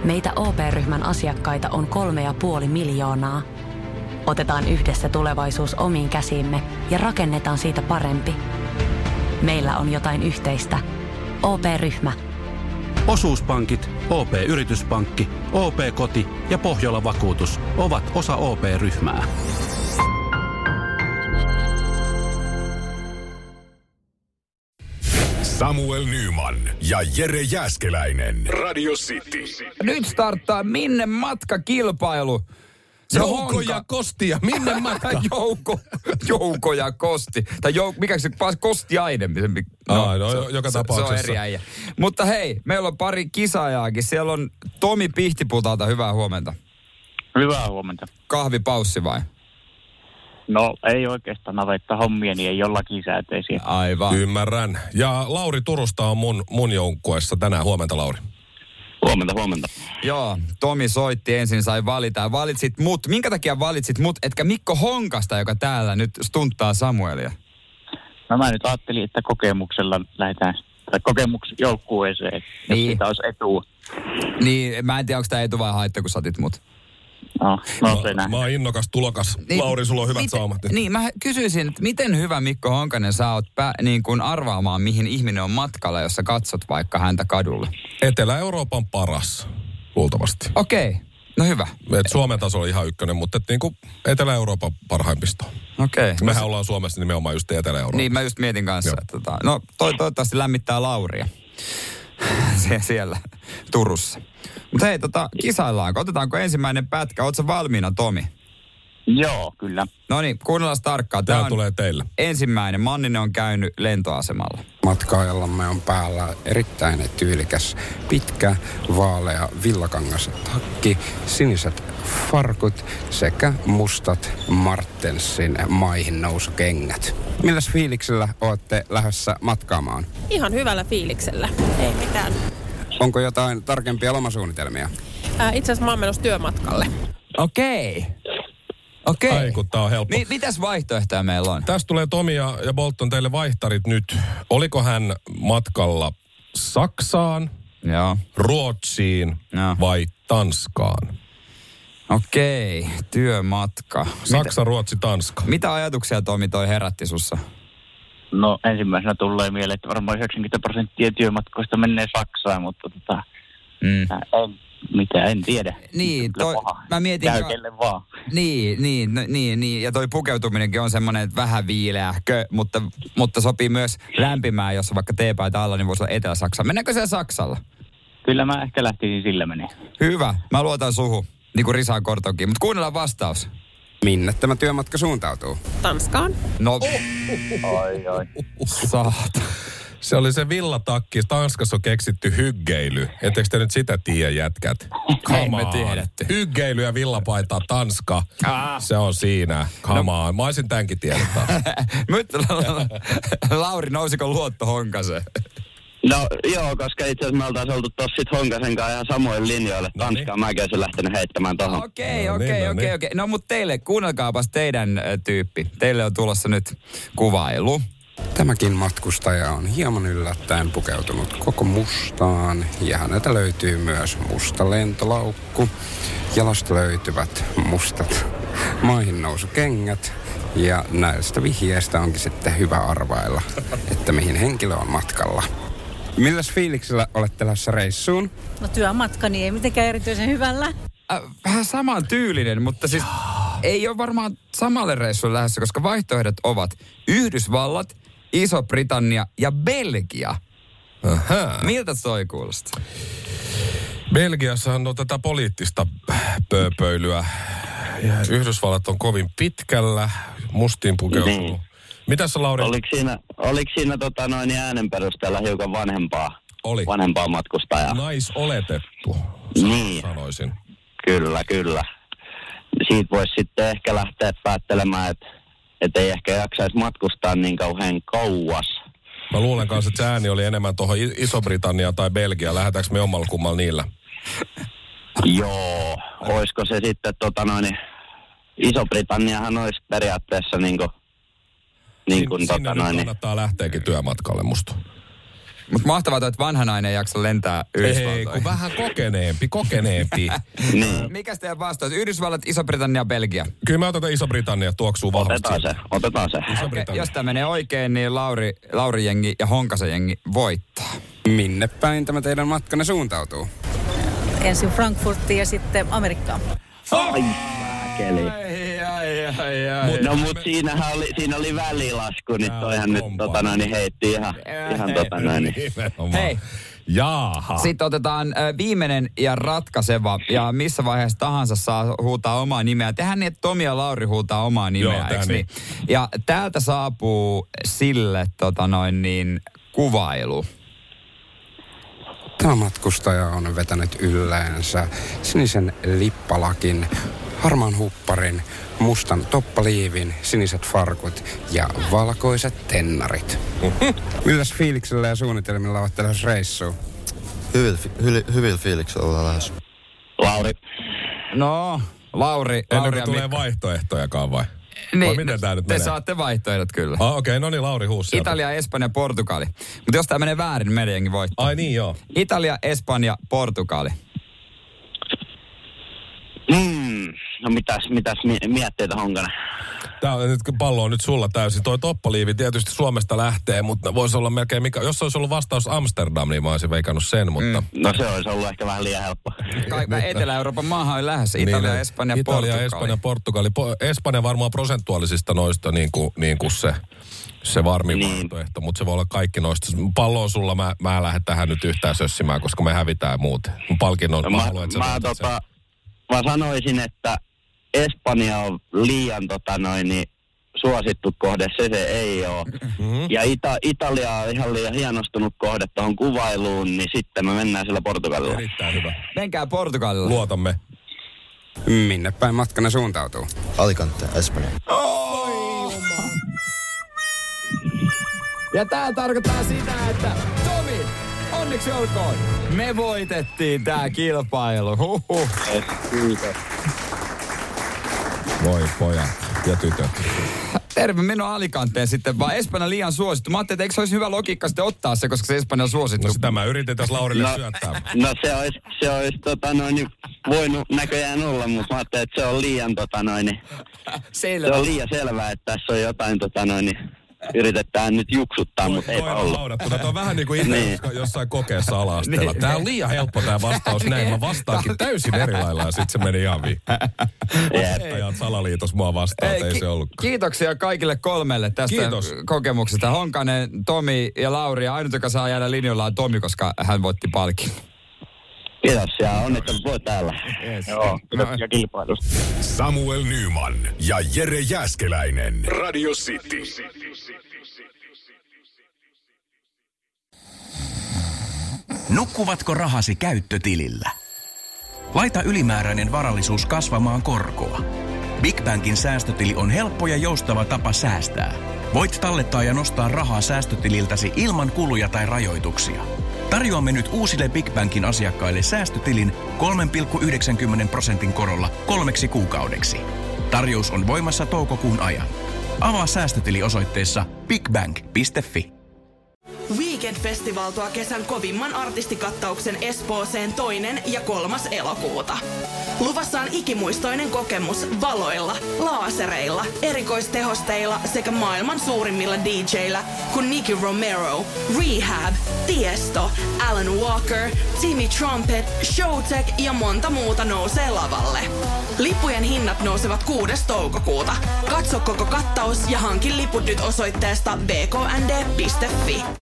Meitä OP-ryhmän asiakkaita on 3,5 miljoonaa. Otetaan yhdessä tulevaisuus omiin käsiimme ja rakennetaan siitä parempi. Meillä on jotain yhteistä. OP-ryhmä. Osuuspankit, OP-yrityspankki, OP-koti ja Pohjola-vakuutus ovat osa OP-ryhmää. Samuel Nyman ja Jere Jääskeläinen. Radio City. Nyt starttaa Minne matka-kilpailu. Jouko ja Kosti ja Minne matka? Jouko ja Kosti. Tai mikä se Kostiainen? Joka tapauksessa. Se on eri äijä. Mutta hei, meillä on pari kisaajaakin. Siellä on Tomi Pihtiputalta. Hyvää huomenta. Hyvää huomenta. Kahvipaussi vai? No ei oikeastaan navetta hommia, niin ei ole lakisääteisiä. Aivan. Ymmärrän. Ja Lauri Turusta on mun joukkueessa tänään. Huomenta, Lauri. Huomenta. Joo, Tomi soitti ensin, sai valita. Valitsit mut. Minkä takia valitsit mut, etkä Mikko Honkasta, joka täällä nyt stunttaa Samuelia? No mä nyt ajattelin, että kokemuksella lähdetään, tai kokemusjoukkueeseen, jos siitä olisi etua. Niin, mä en tiedä, onko tämä etu vai haitta, kun saatit mut. No se näin. Mä oon innokas tulokas. Niin, Lauri, sulla on hyvät saumat. Niin, mä kysyisin, että miten hyvä Mikko Honkanen sä oot niin kuin arvaamaan, mihin ihminen on matkalla, jos sä katsot vaikka häntä kadulla? Etelä-Euroopan paras, luultavasti. Okei, no hyvä. Suomen taso on ihan ykkönen, mutta niin kuin Etelä-Euroopan parhaimpisto. Okei. Mehän ollaan Suomessa nimenomaan just Etelä-Euroopassa. Niin, mä just mietin kanssa, että toivottavasti lämmittää Lauria siellä Turussa. Mutta hei, kisaillaanko? Otetaanko ensimmäinen pätkä? Ootko valmiina, Tomi? Joo, kyllä. No niin, kuunnellaan tarkkaan. Tämä tulee teille. Ensimmäinen. Manninen on käynyt lentoasemalla. Matkaajallamme on päällä erittäin tyylikäs, pitkä, vaalea villakangas takki, siniset farkut sekä mustat Martensin maihin nousukengät. Milläs fiiliksellä olette lähdössä matkaamaan? Ihan hyvällä fiiliksellä. Ei mitään. Onko jotain tarkempia lomasuunnitelmia? Itse asiassa mä oon menossa työmatkalle. Okei. Ai kun tää on helppo. Mitäs vaihtoehtoja meillä on? Tästä tulee Tomi ja Bolton teille vaihtarit nyt. Oliko hän matkalla Saksaan, Ruotsiin vai Tanskaan? Okei, työmatka. Saksa, Ruotsi, Tanska. Mitä ajatuksia Tomi toi herätti sussa? No ensimmäisenä tulee mieleen, että varmaan 90% työmatkoista menee Saksaan, mutta en tiedä. Niin, mä mietin... Käy kelle vaan. Niin. Ja toi pukeutuminenkin on semmoinen, että vähän viileähkö, mutta sopii myös lämpimään, jos on vaikka teepaita alla, niin voisi olla Etelä-Saksa. Mennäänkö siellä Saksalla? Kyllä mä ehkä lähtisin sillä menee. Hyvä, mä luotan suhu, niin kuin Risaan Kortonkin. Mutta kuunnellaan vastaus. Minne tämä työmatka suuntautuu? Tanskaan. No. Ai. Saata. Se oli se villatakki. Tanskassa on keksitty hyggeily. Etteikö te nyt sitä tiedä, jätkät? Ei me tiedetty. Hyggeily ja villapaita Tanska. Se on siinä. Come on. Mä olisin tämänkin tiedä taas. Lauri, nousiko luotto Honkaseen? No joo, koska itse asiassa me oltaisiin oltu tossa sit Honkasen kanssa ihan samoin linjoille. Tanskaan mäkin olisin lähtenyt heittämään tohon. Okei. No mut teille, kuunnelkaapas teidän tyyppi. Teille on tulossa nyt kuvailu. Tämäkin matkustaja on hieman yllättäen pukeutunut koko mustaan ja häneltä löytyy myös musta lentolaukku. Jalasta löytyvät mustat maihinnousukengät ja näistä vihjeistä onkin sitten hyvä arvailla, että mihin henkilö on matkalla. Milläs fiiliksellä olette lähdössä reissuun? No työmatkani ei mitenkään erityisen hyvällä. Vähän saman tyylinen, mutta siis ei ole varmaan samalle reissulle lähdössä, koska vaihtoehdot ovat Yhdysvallat, Iso-Britannia ja Belgia. Aha. Miltä toi kuulostaa? Belgiassa on tätä poliittista pööpöilyä. Ja Yhdysvallat on kovin pitkällä, mustiin pukeutunut. Niin. Mitäs Lauri? Oliko siinä äänen perusteella hiukan vanhempaa matkustajaa? Naisoletettu, niin. sanoisin. Kyllä. Siitä voisi sitten ehkä lähteä päättelemään, että ei ehkä jaksaisi matkustaa niin kauhean kauas. Mä luulen kanssa, että se ääni oli enemmän tuohon Iso-Britannia tai Belgia. Lähdetäänkö me ommalla kummalla niillä? Joo, olisiko se sitten Iso-Britanniahan olisi periaatteessa sinne nyt kannattaa lähteäkin työmatkalle musta. Mutta mahtavaa, että vanha nainen ei jaksa lentää Yhdysvaltoihin. Ei, kun vähän kokeneempi. Niin. Mikäs teidän vastaus? Yhdysvallat, Iso-Britannia, Belgia. Kyllä mä otetaan Iso-Britannia, tuoksuu vahvasti. Otetaan se. Okay, jos tämä menee oikein, niin Lauri-jengi ja Honkasen-jengi voittaa. Minne päin tämä teidän matkanne suuntautuu? Ensin Frankfurtiin ja sitten Amerikkaan. Ai, No mut siinä oli välilasku, niin toihan nyt heitti ihan Hei. Jaaha. Sitten otetaan viimeinen ja ratkaiseva, ja missä vaiheessa tahansa saa huutaa omaa nimeä. Tehän niin, että Tomi ja Lauri huutaa omaa nimeä, eikö niin? Ja täältä saapuu sille kuvailu. Tämä matkustaja on vetänyt ylleensä sinisen lippalakin, harmaan hupparin, mustan toppaliivin, siniset farkut ja valkoiset tennarit. Milläs fiiliksellä ja suunnitelmilla olette lähes reissuun? Hyvillä fiiliksellä ollaan lähes. Lauri. No, Lauri. Ennen kuin tulee vaihtoehtojakaan vai? Niin, vai miten tää nyt menee? Te saatte vaihtoehdot kyllä. Okei, no niin, Lauri huusi. Italia, Espanja, Portugali. Mutta jos tää menee väärin, niin meidän jengi voittaa. Ai niin, joo. Italia, Portugali. No mitäs mietteitä, Honkanen? Pallo on nyt sulla täysin. Toi toppaliivi tietysti Suomesta lähtee, mutta voisi olla melkein jos se olisi ollut vastaus Amsterdam, niin mä olisin veikannut sen, mutta... No se olisi ollut ehkä vähän liian helppo. Etelä-Euroopan maahan on lähes. Italia, Espanja, Portugali. Espanja varmaan prosentuaalisista noista niin kuin se varmin vaihtoehto, mutta se voi olla kaikki noista. Pallo on sulla, mä lähden tähän nyt yhtään sössimään, koska me hävitään muuten. Palkinnon Mä sanoisin, että Espanja on liian suosittu kohde, se ei ole. Mm-hmm. Ja Italia on ihan liian hienostunut kohde tuohon kuvailuun, niin sitten me mennään sillä Portugalilla. Erittäin hyvä. Menkää Portugalilla. Luotamme. Minne päin matkanne suuntautuu? Alicante, Espanja. Ja tää tarkoittaa sitä, että Tomi, onneksi olkoon. Me voitettiin tää kilpailu. Huhhuh. Kiitos. Voi pojat ja tytöt. Terve, meno Alicanteen sitten, vaan Espanja liian suosittu. Mä ajattelin, että eikö se olisi hyvä logiikka sitten ottaa se, koska se Espanja on suosittu. No sitä mä yritin Laurille syöttää. No se olisi voinut näköjään olla, mutta mä ajattelin, että se on liian selvä. Se on liian selvää, että tässä on jotain yritetään nyt juksuttaa, mutta eipä ollut. Tämä on vähän niin kuin itse jossain kokeessa ala-asteella. Tämä on liian helppo tämä vastaus näin. Mä vastaankin täysin eri lailla ja sitten se meni ihan opettajat salaliitos mua vastaan, ei se ollutkaan. Kiitoksia kaikille kolmelle tästä kokemuksesta. Honkanen, Tomi ja Lauri. Ja ainut, joka saa jäädä linjoilla on Tomi, koska hän voitti palkinnon. Kiitos ja onnittelut voi täällä. Yes. Joo, kiitoksia kilpailusta. Samuel Nyman ja Jere Jääskeläinen. Radio City. Nukkuvatko rahasi käyttötilillä? Laita ylimääräinen varallisuus kasvamaan korkoa. Big Bankin säästötili on helppo ja joustava tapa säästää. Voit tallettaa ja nostaa rahaa säästötililtäsi ilman kuluja tai rajoituksia. Tarjoamme nyt uusille Big Bankin asiakkaille säästötilin 3,90% korolla 3 kuukaudeksi. Tarjous on voimassa toukokuun ajan. Avaa säästötili osoitteessa bigbank.fi. Weekend Festival tuo kesän kovimman artistikattauksen Espooseen 2. ja 3. elokuuta. Luvassa on ikimuistoinen kokemus valoilla, laasereilla, erikoistehosteilla sekä maailman suurimmilla DJillä kuin Nicky Romero, Rehab, Tiesto, Alan Walker, Timmy Trumpet, Showtek ja monta muuta nousee lavalle. Lippujen hinnat nousevat 6. toukokuuta. Katso koko kattaus ja hankin liput nyt osoitteesta bknd.fi.